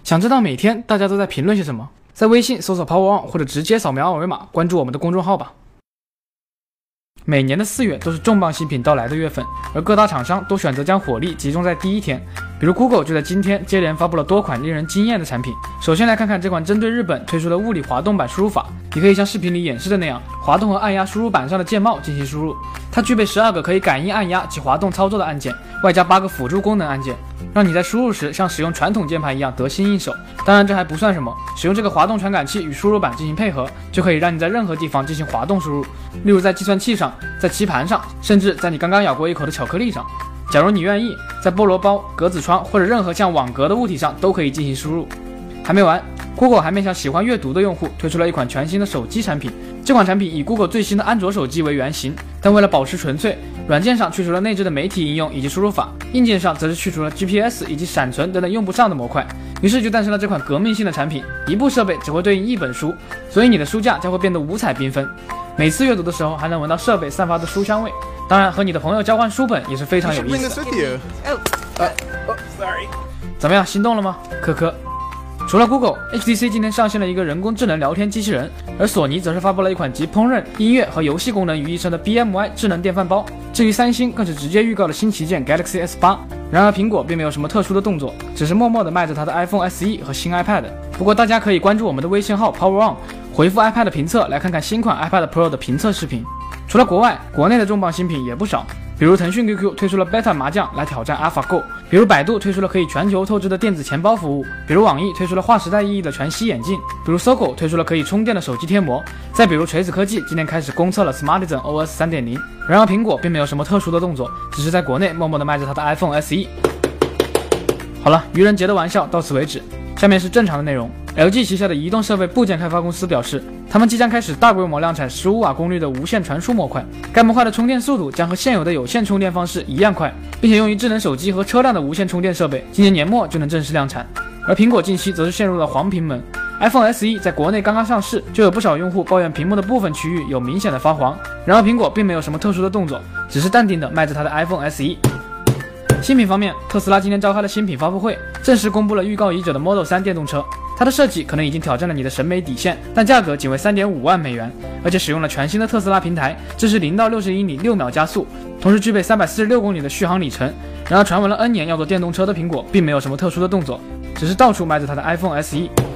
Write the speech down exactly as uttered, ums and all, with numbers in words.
想知道每天大家都在评论些什么？在微信搜索 Power On 或者直接扫描二维码关注我们的公众号吧。每年的四月都是重磅新品到来的月份，而各大厂商都选择将火力集中在第一天。比如 Google 就在今天接连发布了多款令人惊艳的产品。首先来看看这款针对日本推出的物理滑动板输入法，你可以像视频里演示的那样，滑动和按压输入板上的键帽进行输入。它具备十二个可以感应按压及滑动操作的按键，外加八个辅助功能按键，让你在输入时像使用传统键盘一样得心应手。当然这还不算什么，使用这个滑动传感器与输入板进行配合，就可以让你在任何地方进行滑动输入，例如在计算器上，在棋盘上，甚至在你刚刚咬过一口的巧克力上。假如你愿意，在菠萝包、格子窗或者任何像网格的物体上都可以进行输入。还没完， Google 还面向喜欢阅读的用户推出了一款全新的手机产品。这款产品以 Google 最新的安卓手机为原型，但为了保持纯粹，软件上去除了内置的媒体应用以及输入法，硬件上则是去除了 G P S 以及闪存等等用不上的模块。于是就诞生了这款革命性的产品，一部设备只会对应一本书，所以你的书架将会变得五彩缤纷。每次阅读的时候还能闻到设备散发的书香味。当然，和你的朋友交换书本也是非常有意思的。怎么样，心动了吗？科科。除了 Google，H T C 今天上线了一个人工智能聊天机器人，而索尼则是发布了一款集烹饪、音乐和游戏功能于一身的 B M Y 智能电饭煲。至于三星，更是直接预告了新旗舰 Galaxy S 八。然而苹果并没有什么特殊的动作，只是默默地卖着它的 iPhone S E 和新 iPad。不过大家可以关注我们的微信号 Power On， 回复 iPad 评测来看看新款 iPad Pro 的评测视频。除了国外，国内的重磅新品也不少。比如腾讯 Q Q 推出了 Beta 麻将来挑战 AlphaGo， 比如百度推出了可以全球透支的电子钱包服务，比如网易推出了划时代意义的全息眼镜，比如搜狗推出了可以充电的手机贴膜，再比如锤子科技今天开始公测了 Smartisan O S 三点零。然而苹果并没有什么特殊的动作，只是在国内默默地卖着它的 iPhone S E。好了，愚人节的玩笑到此为止，下面是正常的内容。L G 旗下的移动设备部件开发公司表示，他们即将开始大规模量产十五瓦功率的无线传输模块。该模块的充电速度将和现有的有线充电方式一样快，并且用于智能手机和车辆的无线充电设备，今年年末就能正式量产。而苹果近期则是陷入了黄屏门。iPhone S E 在国内刚刚上市，就有不少用户抱怨屏幕的部分区域有明显的发黄。然而苹果并没有什么特殊的动作，只是淡定地卖着它的 iPhone S E。新品方面，特斯拉今天召开了新品发布会，正式公布了预告已久的 Model 三电动车。它的设计可能已经挑战了你的审美底线，但价格仅为 三点五万美元，而且使用了全新的特斯拉平台，支持零到六十英里六秒加速，同时具备三百四十六公里的续航里程。然而传闻了 N 年要做电动车的苹果并没有什么特殊的动作，只是到处卖着它的 iPhone S E。